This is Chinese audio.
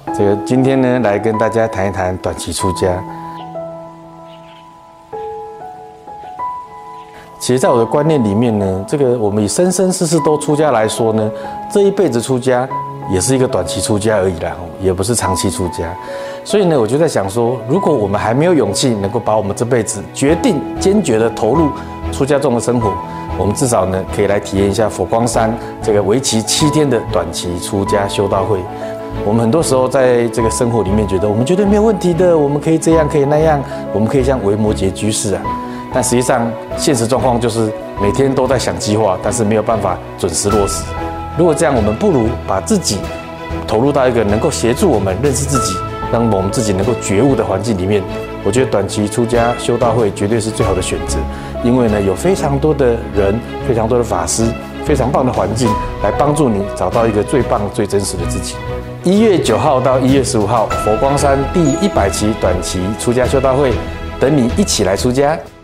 今天呢，来跟大家谈一谈短期出家。其实，在我的观念里面呢，我们以生生世世都出家来说呢，这一辈子出家也是一个短期出家而已啦，也不是长期出家。所以呢，我就在想说，如果我们还没有勇气能够把我们这辈子决定坚决的投入出家众的生活，我们至少呢可以来体验一下佛光山为期7天的短期出家修道会。我们很多时候在这个生活里面觉得我们绝对没有问题的，我们可以这样，可以那样，我们可以像维摩诘居士啊。但实际上，现实状况就是每天都在想计划，但是没有办法准时落实。如果这样，我们不如把自己投入到一个能够协助我们认识自己，让我们自己能够觉悟的环境里面。我觉得短期出家修道会绝对是最好的选择，因为呢有非常多的人，非常多的法师，非常棒的环境来帮助你找到一个最棒、最真实的自己。1月9号到1月15号，佛光山第100期短期出家修道会，等你一起来出家。